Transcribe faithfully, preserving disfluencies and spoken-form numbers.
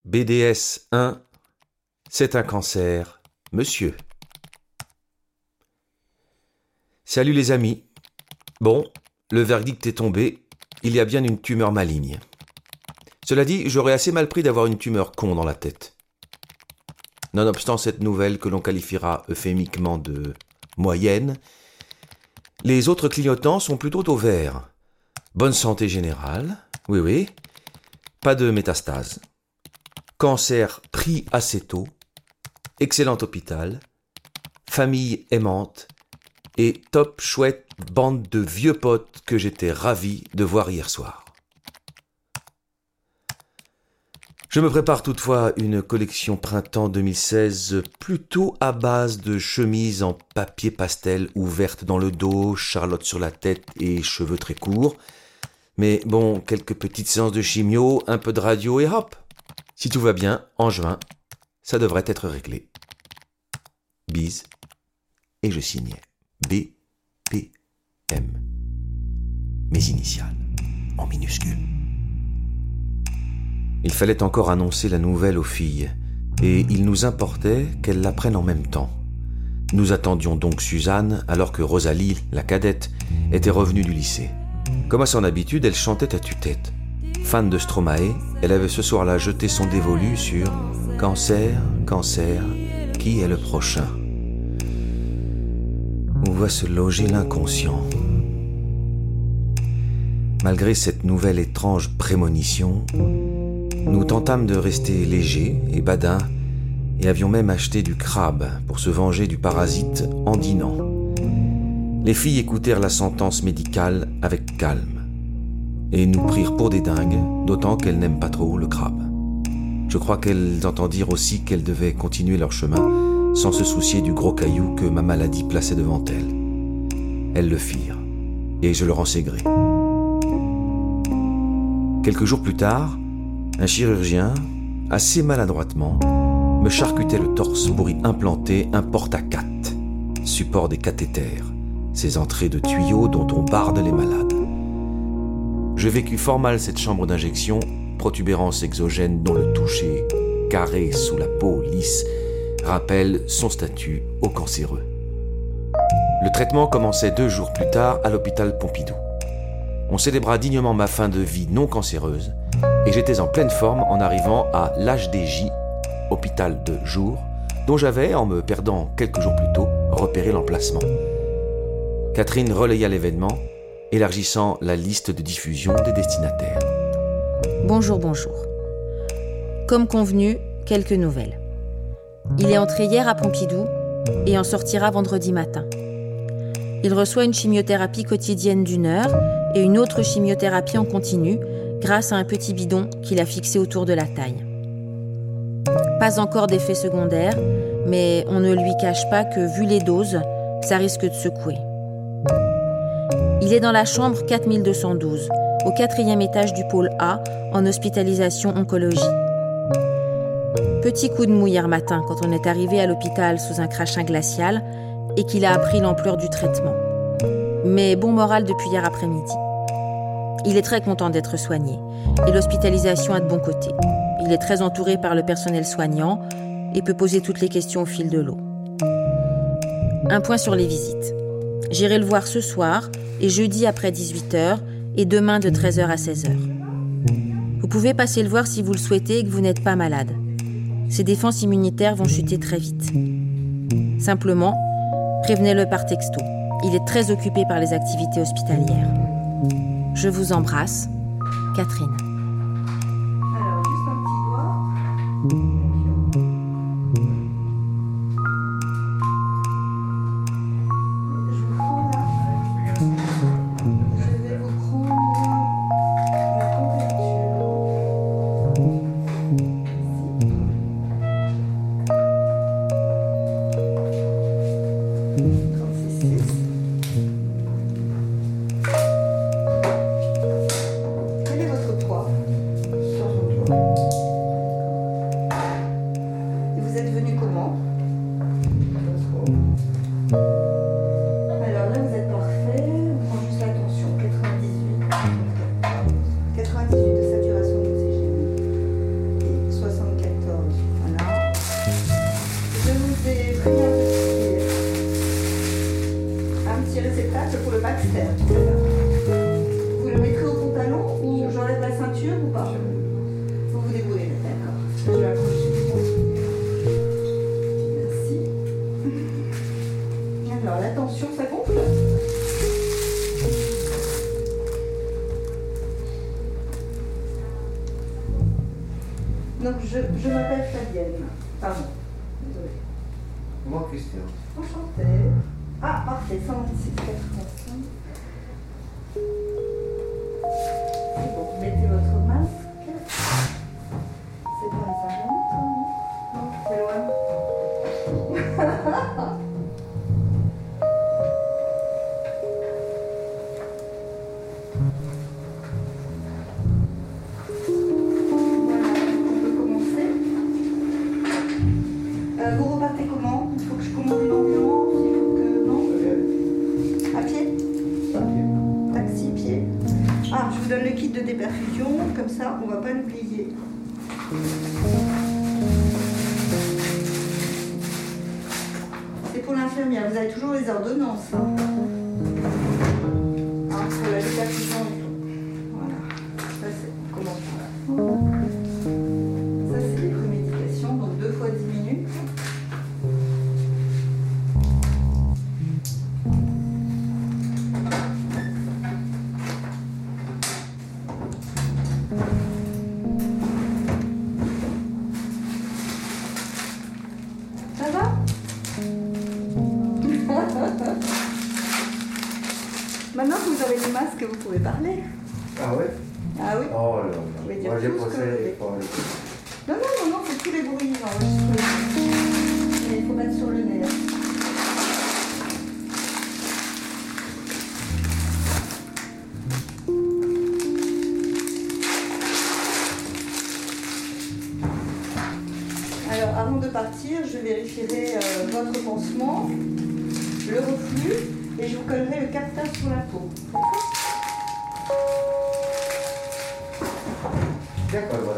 B D S un, c'est un cancer, monsieur. Salut les amis. Bon, le verdict est tombé, il y a bien une tumeur maligne. Cela dit, j'aurais assez mal pris d'avoir une tumeur con dans la tête. Nonobstant cette nouvelle que l'on qualifiera euphémiquement de moyenne, les autres clignotants sont plutôt au vert. Bonne santé générale, oui oui, pas de métastase. Cancer pris assez tôt, excellent hôpital, famille aimante et top chouette bande de vieux potes que j'étais ravi de voir hier soir. Je me prépare toutefois une collection printemps deux mille seize plutôt à base de chemises en papier pastel ouvertes dans le dos, charlotte sur la tête et cheveux très courts. Mais bon, quelques petites séances de chimio, un peu de radio et hop. Si tout va bien, en juin, ça devrait être réglé. Bise. Et je signais B P M. Mes initiales, en minuscules. Il fallait encore annoncer la nouvelle aux filles, et il nous importait qu'elles l'apprennent en même temps. Nous attendions donc Suzanne, alors que Rosalie, la cadette, était revenue du lycée. Comme à son habitude, elle chantait à tue-tête. Fan de Stromae, elle avait ce soir-là jeté son dévolu sur « Cancer, cancer, qui est le prochain ?» Où va se loger l'inconscient ? Malgré cette nouvelle étrange prémonition, nous tentâmes de rester légers et badins et avions même acheté du crabe pour se venger du parasite en dînant. Les filles écoutèrent la sentence médicale avec calme et nous prirent pour des dingues, d'autant qu'elles n'aiment pas trop le crabe. Je crois qu'elles entendirent aussi qu'elles devaient continuer leur chemin sans se soucier du gros caillou que ma maladie plaçait devant elles. Elles le firent et je leur en sais gré. Quelques jours plus tard, un chirurgien, assez maladroitement, me charcutait le torse pour y implanter un porte-à-quatre, support des cathéters, ces entrées de tuyaux dont on barde les malades. Je vécus fort mal cette chambre d'injection, protubérance exogène dont le toucher, carré sous la peau lisse, rappelle son statut au cancéreux. Le traitement commençait deux jours plus tard à l'hôpital Pompidou. On célébra dignement ma fin de vie non cancéreuse, et j'étais en pleine forme en arrivant à l'H D J, hôpital de jour, dont j'avais, en me perdant quelques jours plus tôt, repéré l'emplacement. Catherine relaya l'événement, élargissant la liste de diffusion des destinataires. Bonjour, bonjour. Comme convenu, quelques nouvelles. Il est entré hier à Pompidou et en sortira vendredi matin. Il reçoit une chimiothérapie quotidienne d'une heure et une autre chimiothérapie en continu grâce à un petit bidon qu'il a fixé autour de la taille. Pas encore d'effet secondaire, mais on ne lui cache pas que, vu les doses, ça risque de secouer. Il est dans la chambre quatre mille deux cent douze, au quatrième étage du pôle A, en hospitalisation oncologie. Petit coup de mou hier matin quand on est arrivé à l'hôpital sous un crachin glacial et qu'il a appris l'ampleur du traitement. Mais bon moral depuis hier après-midi. Il est très content d'être soigné et l'hospitalisation a de bons côtés. Il est très entouré par le personnel soignant et peut poser toutes les questions au fil de l'eau. Un point sur les visites. J'irai le voir ce soir et jeudi après dix-huit heures et demain de treize heures à seize heures. Vous pouvez passer le voir si vous le souhaitez et que vous n'êtes pas malade. Ses défenses immunitaires vont chuter très vite. Simplement, prévenez-le par texto. Il est très occupé par les activités hospitalières. Je vous embrasse, Catherine. Alors, juste un petit doigt. Je vous prends là. Je vais vous prendre la température. trente-six. Quel est votre poids? soixante-trois. Je vais accrocher. Merci. Alors, la tension, ça gonfle? Donc, je, je m'appelle Fabienne. Pardon. Désolée. Moi, Christian. Enchantée. Ah, parfait, cent vingt-six quatre-vingt-cinq. C'est bon, mettez votre masque. C'est pas les cinquante, non? Non, c'est loin. Voilà, on peut commencer. Euh, vous repartez comment? Il faut que je commande une ambulance? Il faut que... Non? À pied? Taxi, pied. Ah, je vous donne le kit de déperfusion, comme ça, on ne va pas l'oublier. C'est pour l'infirmière, vous avez toujours les ordonnances. Hein. Ah, pour la déperfusion et tout. Voilà. Ça, c'est... Comment ça? Ça, c'est les prémédications, donc deux fois dix minutes. Ça va? Maintenant que vous avez le masque, vous pouvez parler. Ah ouais? Ah oui? Oh là là. pouvez dire Moi, j'ai tout ce que pensé. vous voulez. Pas le- Non, non, non, non, c'est tous les bruits enregistrés. Mais il faut mettre sur le nez. hein. Alors, avant de partir, je vérifierai euh, votre pansement, le reflux, et je vous collerai le capteur sur la peau. D'accord,